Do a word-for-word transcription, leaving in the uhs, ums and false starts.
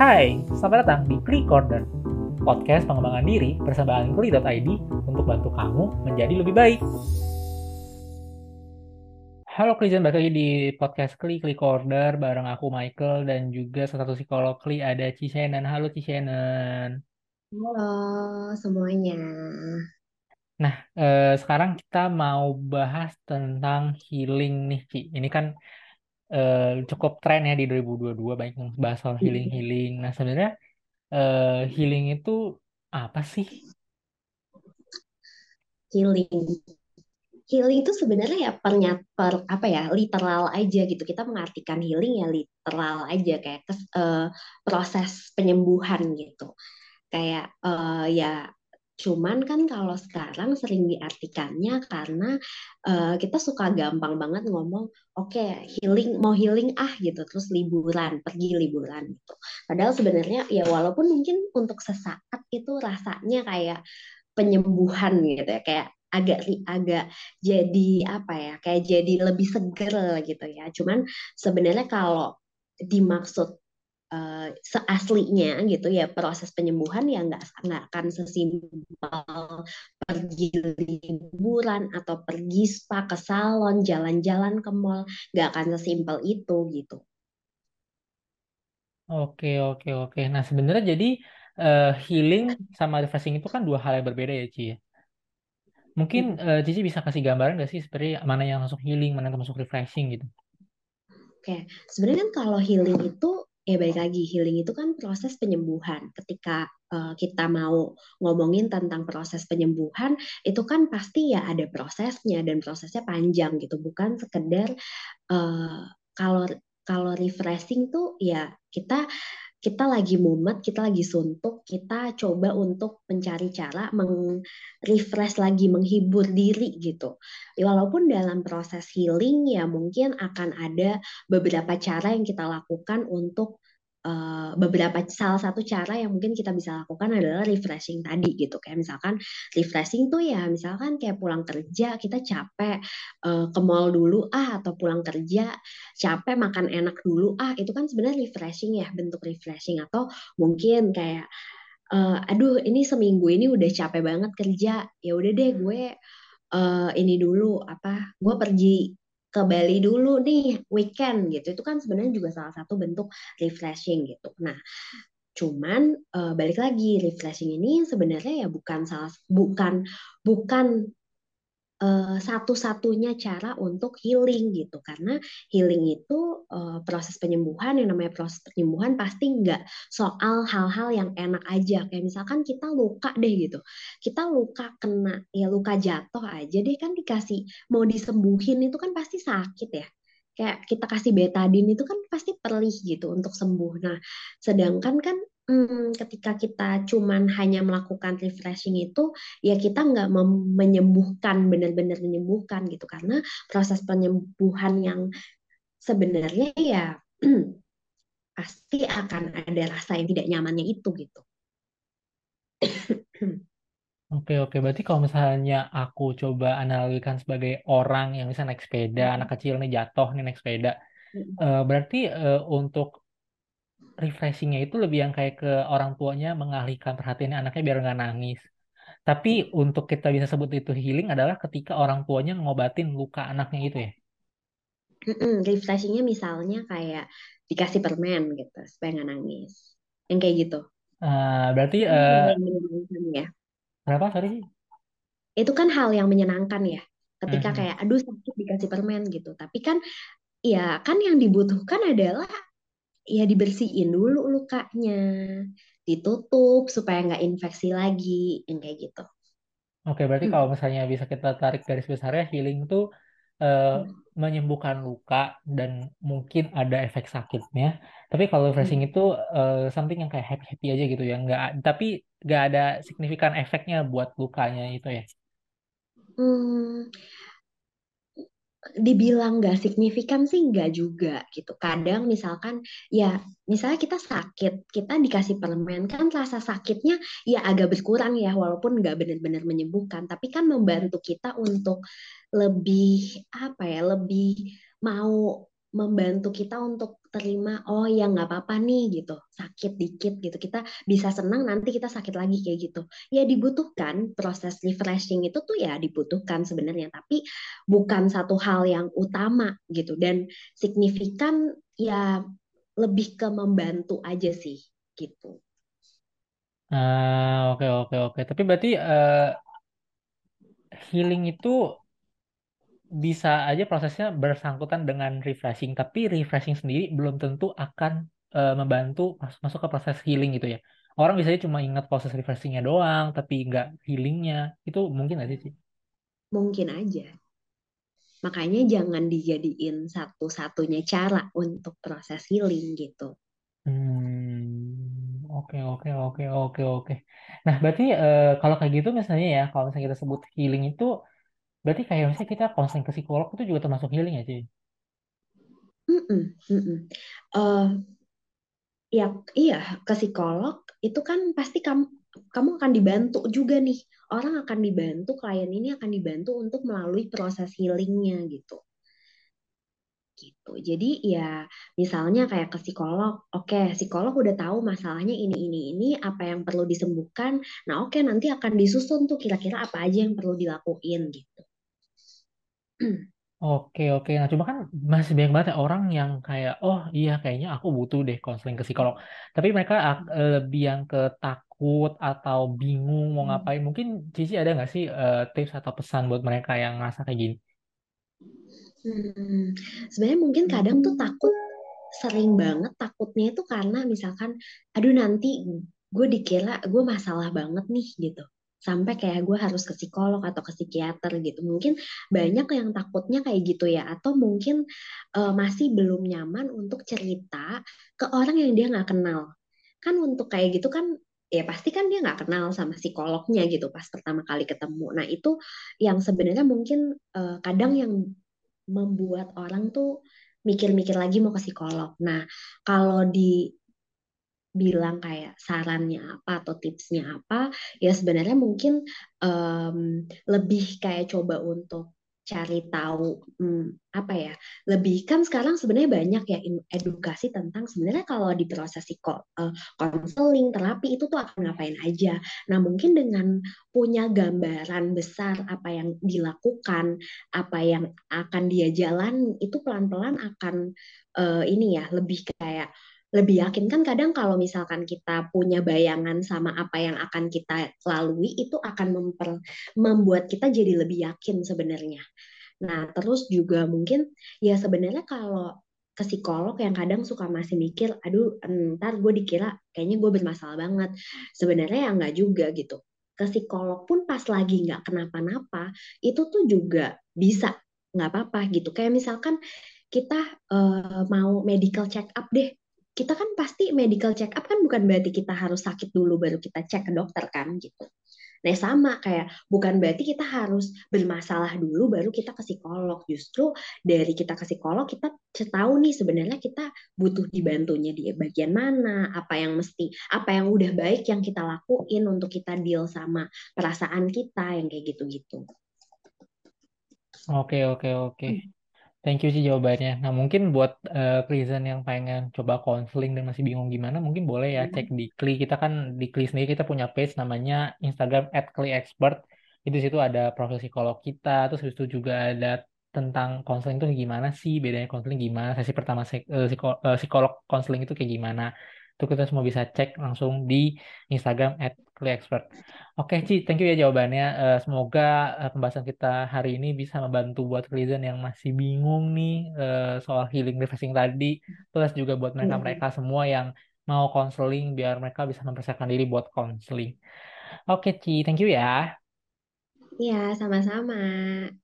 Hai, selamat datang di Klik Corner, podcast pengembangan diri bersama klik dot i d untuk bantu kamu menjadi lebih baik. Halo Klizen, balik lagi di podcast Klik Klik Corner bareng aku Michael dan juga salah satu psikolog Klik ada Cisenen. Halo Cisenen. Halo semuanya. Nah, eh, sekarang kita mau bahas tentang healing nih, Ci. Ini kan eh, cukup tren ya di dua ribu dua puluh dua, banyak yang bahas soal healing-healing. Nah, sebenarnya eh, healing itu apa sih? Healing. Healing itu sebenarnya ya pernyat per apa ya literal aja gitu. Kita mengartikan healing ya literal aja kayak kes- eh, proses penyembuhan gitu. Kayak eh, ya cuman kan kalau sekarang sering diartikannya karena eh, kita suka gampang banget ngomong oke healing mau healing ah gitu terus liburan pergi liburan gitu. Padahal sebenarnya ya walaupun mungkin untuk sesaat itu rasanya kayak penyembuhan gitu ya kayak agak agak jadi apa ya kayak jadi lebih seger gitu ya cuman sebenarnya kalau dimaksud uh, seaslinya gitu ya proses penyembuhan ya nggak nggak akan sesimpel pergi liburan atau pergi spa ke salon jalan-jalan ke mall nggak akan sesimpel itu gitu. Oke, oke, oke. Nah, sebenarnya jadi eh, healing sama refreshing itu kan dua hal yang berbeda ya, Ci, ya. Mungkin eh, Cici bisa kasih gambaran nggak sih sebenarnya mana yang masuk healing, mana yang masuk refreshing gitu. Oke, sebenarnya kan kalau healing itu ya balik lagi healing itu kan proses penyembuhan. Ketika uh, kita mau ngomongin tentang proses penyembuhan, itu kan pasti ya ada prosesnya dan prosesnya panjang gitu, bukan sekedar uh, kalau kalau refreshing tuh ya kita kita lagi mumet, kita lagi suntuk, kita coba untuk mencari cara meng-refresh lagi, menghibur diri gitu. Ya, walaupun dalam proses healing ya mungkin akan ada beberapa cara yang kita lakukan untuk uh, beberapa salah satu cara yang mungkin kita bisa lakukan adalah refreshing tadi gitu. Kayak misalkan refreshing tuh ya misalkan kayak pulang kerja kita capek uh, ke mall dulu ah atau pulang kerja capek makan enak dulu ah itu kan sebenarnya refreshing ya bentuk refreshing atau mungkin kayak eh, aduh ini seminggu ini udah capek banget kerja ya udah deh gue eh, ini dulu apa gue pergi ke Bali dulu nih weekend gitu itu kan sebenarnya juga salah satu bentuk refreshing gitu nah cuman eh, balik lagi refreshing ini sebenarnya ya bukan salah bukan bukan eh, satu-satunya cara untuk healing gitu karena healing itu eh, proses penyembuhan yang namanya proses penyembuhan pasti nggak soal hal-hal yang enak aja kayak misalkan kita luka deh gitu kita luka kena ya luka jatuh aja deh kan dikasih mau disembuhin itu kan pasti sakit ya kayak kita kasih betadine itu kan pasti perih gitu untuk sembuh nah sedangkan kan hmm, ketika kita cuman hanya melakukan refreshing itu ya kita nggak mem- menyembuhkan benar-benar menyembuhkan gitu karena proses penyembuhan yang sebenarnya ya pasti akan ada rasa yang tidak nyamannya itu gitu. Oke, oke. Berarti kalau misalnya aku coba analogikan sebagai orang yang bisa naik sepeda, anak kecil nih jatuh nih naik sepeda, eh, berarti eh, untuk refreshingnya itu lebih yang kayak ke orang tuanya mengalihkan perhatian anaknya biar nggak nangis. Tapi untuk kita bisa sebut itu healing adalah ketika orang tuanya ngobatin luka anaknya itu ya. Refreshingnya misalnya kayak dikasih permen gitu supaya nggak nangis yang kayak gitu. Eh, berarti Itu kan hal eh, yang menyenangkan ya. berapa sorry sih? Itu kan hal yang menyenangkan ya. Ketika Mhm. kayak aduh sakit dikasih permen gitu. Tapi kan ya kan yang dibutuhkan adalah ya dibersihin dulu lukanya, ditutup supaya nggak infeksi lagi, yang kayak gitu. Oke, berarti kalau misalnya bisa kita tarik garis besarnya, healing itu eh, menyembuhkan luka dan mungkin ada efek sakitnya. Tapi kalau refreshing itu eh, something yang kayak happy-happy aja gitu ya, nggak, tapi nggak ada signifikan efeknya buat lukanya itu ya. Hmm, dibilang nggak signifikan sih nggak juga gitu. Kadang misalkan ya misalnya kita sakit, kita dikasih permen kan rasa sakitnya ya agak berkurang ya walaupun nggak benar-benar menyembuhkan, tapi kan membantu kita untuk lebih apa ya, lebih mau membantu kita untuk terima, oh ya nggak apa-apa nih gitu, sakit dikit gitu, kita bisa senang nanti kita sakit lagi kayak gitu. Ya dibutuhkan proses refreshing itu tuh ya dibutuhkan sebenarnya, tapi bukan satu hal yang utama gitu dan signifikan ya lebih ke membantu aja sih gitu. Ah, oke oke oke. Tapi berarti eh, healing itu bisa aja prosesnya bersangkutan dengan refreshing, tapi refreshing sendiri belum tentu akan eh, membantu mas- masuk ke proses healing gitu ya. Orang biasanya cuma ingat proses refreshingnya doang, tapi nggak healingnya. Itu mungkin nggak sih, Ci? Mungkin aja. Makanya jangan dijadiin satu-satunya cara untuk proses healing gitu. Hmm, oke oke oke oke oke. Nah, berarti eh, kalau kayak gitu misalnya ya, kalau misalnya kita sebut healing itu, berarti kayak misalnya kita konseling ke psikolog itu juga termasuk healing ya, Ci? Mm-mm, mm-mm. Eh, ya, iya, ke psikolog itu kan pasti kamu kamu akan dibantu juga nih. Orang akan dibantu, klien ini akan dibantu untuk melalui proses healingnya gitu. Gitu. Jadi ya misalnya kayak ke psikolog, oke, psikolog udah tahu masalahnya ini ini ini apa yang perlu disembuhkan. Nah, oke nanti akan disusun tuh kira-kira apa aja yang perlu dilakuin gitu. Oke oke. Nah, cuma kan masih banyak banget ya orang yang kayak, oh iya kayaknya aku butuh deh konseling ke psikolog. Tapi mereka ak- eh, lebih yang ke takut atau bingung mau ngapain. Mungkin Cici ada nggak sih eh, tips atau pesan buat mereka yang ngerasa kayak gini? Hmm, sebenarnya mungkin kadang tuh takut, sering banget takutnya itu karena misalkan, aduh nanti gue dikira gue masalah banget nih gitu. Sampai kayak gue harus ke psikolog atau ke psikiater gitu. Mungkin banyak yang takutnya kayak gitu ya. Atau mungkin eh, masih belum nyaman untuk cerita ke orang yang dia nggak kenal. Kan untuk kayak gitu kan, ya pasti kan dia nggak kenal sama psikolognya gitu pas pertama kali ketemu. Nah itu yang sebenarnya mungkin eh, kadang yang membuat orang tuh mikir-mikir lagi mau ke psikolog. Nah, kalau dibilang kayak sarannya apa atau tipsnya apa, ya sebenarnya mungkin em, lebih kayak coba untuk cari tahu hmm, apa ya, lebih kan sekarang sebenarnya banyak ya in- edukasi tentang sebenarnya kalau di proses psiko eh, konseling terapi itu tuh akan ngapain aja. Nah mungkin dengan punya gambaran besar apa yang dilakukan, apa yang akan dia jalan itu pelan-pelan akan eh, ini ya lebih kayak lebih yakin. Kan kadang kalau misalkan kita punya bayangan sama apa yang akan kita lalui itu akan memper, membuat kita jadi lebih yakin sebenarnya. Nah, terus juga mungkin ya sebenarnya kalau ke psikolog yang kadang suka masih mikir, aduh ntar gue dikira kayaknya gue bermasalah banget. Sebenarnya ya nggak juga gitu. Ke psikolog pun pas lagi nggak kenapa-napa, itu tuh juga bisa nggak apa-apa gitu. Kayak misalkan kita eh, mau medical check up deh. Kita kan pasti medical check up kan bukan berarti kita harus sakit dulu baru kita cek ke dokter kan gitu. Nah, sama kayak bukan berarti kita harus bermasalah dulu baru kita ke psikolog. Justru dari kita ke psikolog kita tahu nih sebenarnya kita butuh dibantunya di bagian mana, apa yang mesti, apa yang udah baik yang kita lakuin untuk kita deal sama perasaan kita yang kayak gitu-gitu. Oke oke oke. Thank you sih jawabannya. Nah, mungkin buat eh, Clizen yang pengen coba konseling dan masih bingung gimana, mungkin boleh ya cek di Kli. Kita kan di Kli sendiri kita punya page namanya Instagram at @kliexpert. Itu di situ ada profil psikolog kita, terus habis itu juga ada tentang konseling itu gimana sih, bedanya konseling gimana, sesi pertama psik- eh, psiko- eh, psikolog konseling itu kayak gimana. Itu kita semua bisa cek langsung di Instagram at @kliexpert. Oke, Ci, thank you ya jawabannya. Eh, semoga eh, pembahasan kita hari ini bisa membantu buat Cleason yang masih bingung nih eh, soal healing refreshing tadi. Plus juga buat mereka-mereka semua yang mau konseling biar mereka bisa mempersiapkan diri buat konseling. Oke, Ci, thank you ya. Iya, sama-sama.